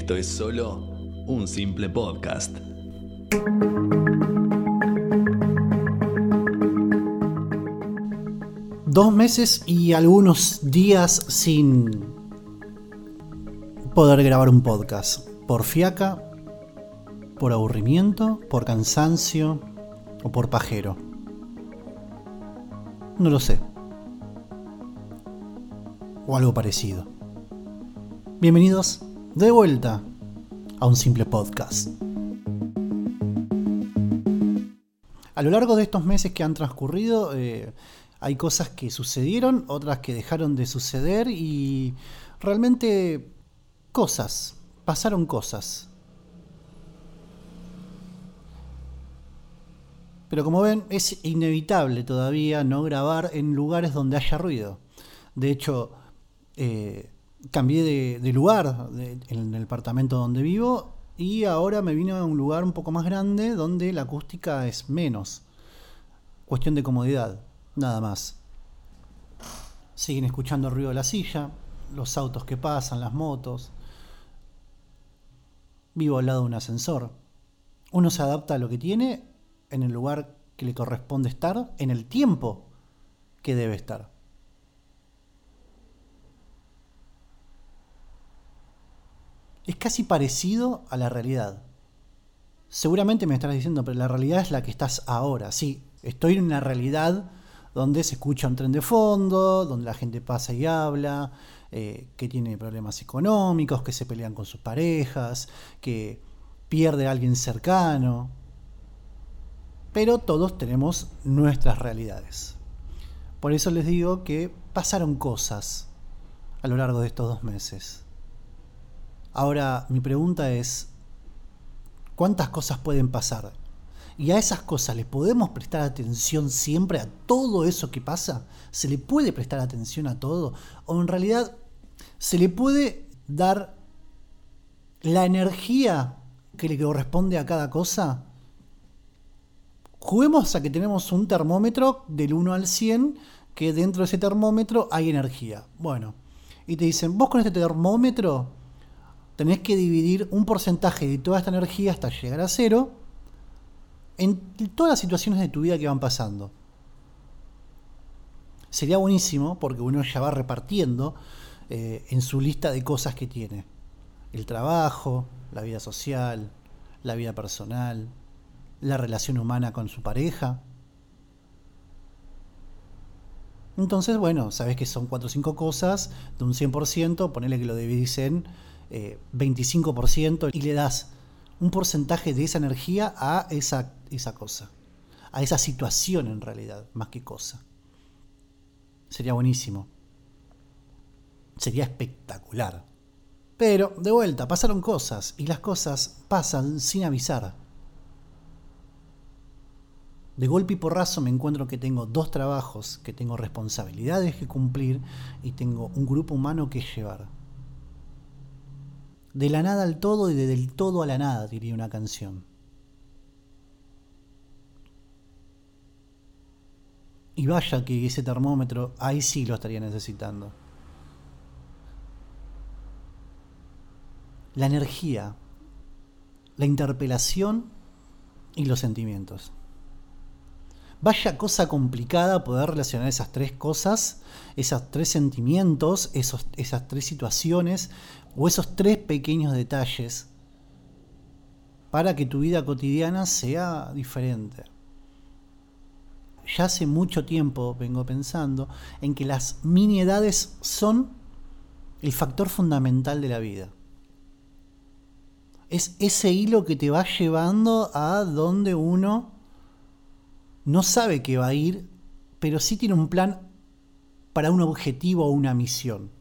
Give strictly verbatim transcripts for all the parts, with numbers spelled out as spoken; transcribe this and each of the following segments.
esto es solo un simple podcast. Dos meses y algunos días sin poder grabar un podcast. Por fiaca, por aburrimiento, por cansancio o por pajero. No lo sé. O algo parecido. Bienvenidos de vuelta a un simple podcast. A lo largo de estos meses que han transcurrido, eh, hay cosas que sucedieron, otras que dejaron de suceder y realmente cosas, pasaron cosas. Pero como ven, es inevitable todavía no grabar en lugares donde haya ruido. De hecho, eh, cambié de, de lugar de, en el departamento donde vivo y ahora me vine a un lugar un poco más grande donde la acústica es menos. Cuestión de comodidad, nada más. Siguen escuchando el ruido de la silla, los autos que pasan, las motos. Vivo al lado de un ascensor. Uno se adapta a lo que tiene en el lugar que le corresponde estar, en el tiempo que debe estar. Es casi parecido a la realidad. Seguramente me estarás diciendo, pero la realidad es la que estás ahora. Sí, estoy en una realidad donde se escucha un tren de fondo, donde la gente pasa y habla, eh, que tiene problemas económicos, que se pelean con sus parejas, que pierde a alguien cercano. Pero todos tenemos nuestras realidades. Por eso les digo que pasaron cosas a lo largo de estos dos meses. Ahora, mi pregunta es, ¿cuántas cosas pueden pasar? ¿Y a esas cosas le podemos prestar atención siempre a todo eso que pasa? ¿Se le puede prestar atención a todo? ¿O en realidad se le puede dar la energía que le corresponde a cada cosa? Juguemos a que tenemos un termómetro del uno al cien, que dentro de ese termómetro hay energía. Bueno, y te dicen, vos con este termómetro tenés que dividir un porcentaje de toda esta energía hasta llegar a cero en todas las situaciones de tu vida que van pasando. Sería buenísimo porque uno ya va repartiendo eh, en su lista de cosas que tiene. El trabajo, la vida social, la vida personal, la relación humana con su pareja. Entonces, bueno, sabés que son cuatro o cinco cosas de un cien por ciento, ponele que lo dividís en eh, veinticinco por ciento y le das un porcentaje de esa energía a esa, esa cosa, a esa situación en realidad, más que cosa. Sería buenísimo. Sería espectacular. Pero, de vuelta, pasaron cosas y las cosas pasan sin avisar. De golpe y porrazo me encuentro que tengo dos trabajos, que tengo responsabilidades que cumplir y tengo un grupo humano que llevar. De la nada al todo y de del todo a la nada, diría una canción. Y vaya que ese termómetro, ahí sí lo estaría necesitando. La energía, la interpelación y los sentimientos. Vaya cosa complicada poder relacionar esas tres cosas, esos tres sentimientos, esos, esas tres situaciones o esos tres pequeños detalles para que tu vida cotidiana sea diferente. Ya hace mucho tiempo vengo pensando en que las miniedades son el factor fundamental de la vida. Es ese hilo que te va llevando a donde uno no sabe que va a ir, pero sí tiene un plan para un objetivo o una misión.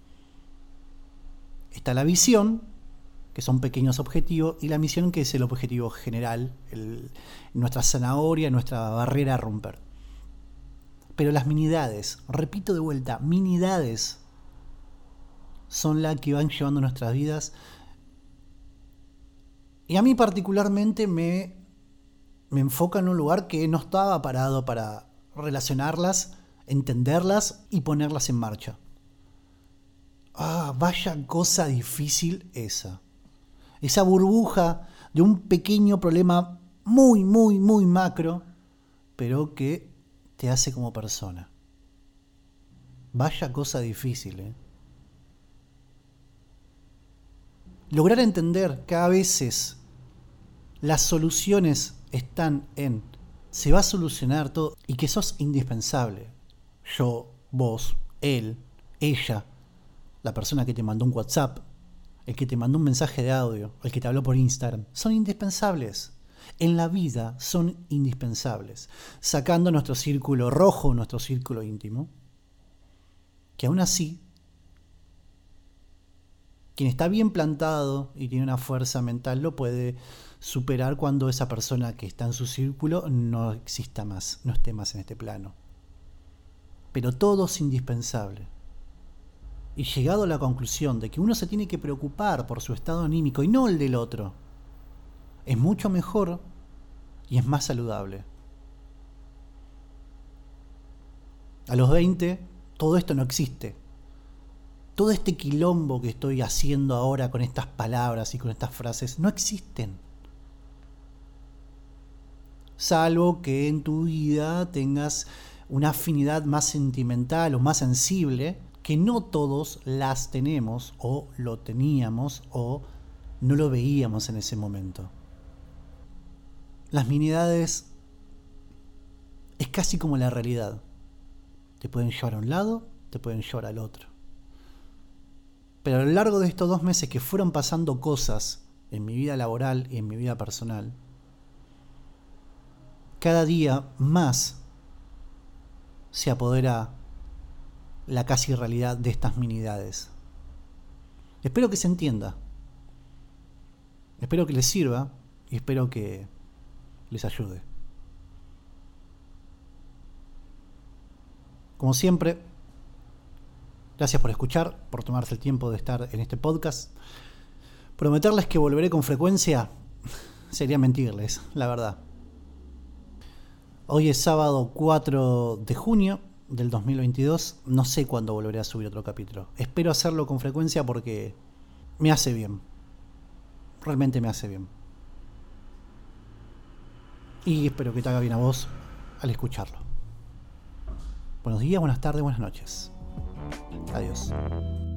Está la visión, que son pequeños objetivos, y la misión, que es el objetivo general, el, nuestra zanahoria, nuestra barrera a romper. Pero las minidades, repito de vuelta, minidades son las que van llevando nuestras vidas. Y a mí particularmente me, me enfoca en un lugar que no estaba parado para relacionarlas, entenderlas y ponerlas en marcha. Ah, vaya cosa difícil esa. esa burbuja de un pequeño problema muy, muy, muy macro, pero que te hace como persona. Vaya cosa difícil, ¿eh? Lograr entender que a veces las soluciones están en se va a solucionar todo y que sos indispensable. Yo, vos, él, ella, la persona que te mandó un WhatsApp, el que te mandó un mensaje de audio, el que te habló por Instagram, son indispensables. En la vida son indispensables. Sacando nuestro círculo rojo, nuestro círculo íntimo, que aún así, quien está bien plantado y tiene una fuerza mental lo puede superar cuando esa persona que está en su círculo no exista más, no esté más en este plano. Pero todo es indispensable. Y llegado a la conclusión de que uno se tiene que preocupar por su estado anímico y no el del otro, es mucho mejor y es más saludable. A los veinte, todo esto no existe. Todo este quilombo que estoy haciendo ahora con estas palabras y con estas frases no existen. Salvo que en tu vida tengas una afinidad más sentimental o más sensible, que no todos las tenemos o lo teníamos o no lo veíamos en ese momento. Las minidades es casi como la realidad. Te pueden llevar a un lado, te pueden llevar al otro. Pero a lo largo de estos dos meses que fueron pasando cosas en mi vida laboral y en mi vida personal, cada día más se apodera la casi realidad de estas minidades. Espero que se entienda. Espero que les sirva y espero que les ayude. Como siempre, gracias por escuchar, por tomarse el tiempo de estar en este podcast. Prometerles que volveré con frecuencia sería mentirles, la verdad. Hoy es sábado cuatro de junio del dos mil veintidós. No sé cuándo volveré a subir otro capítulo. Espero hacerlo con frecuencia porque me hace bien. Realmente me hace bien. Y espero que te haga bien a vos al escucharlo. Buenos días, buenas tardes, buenas noches. Adiós.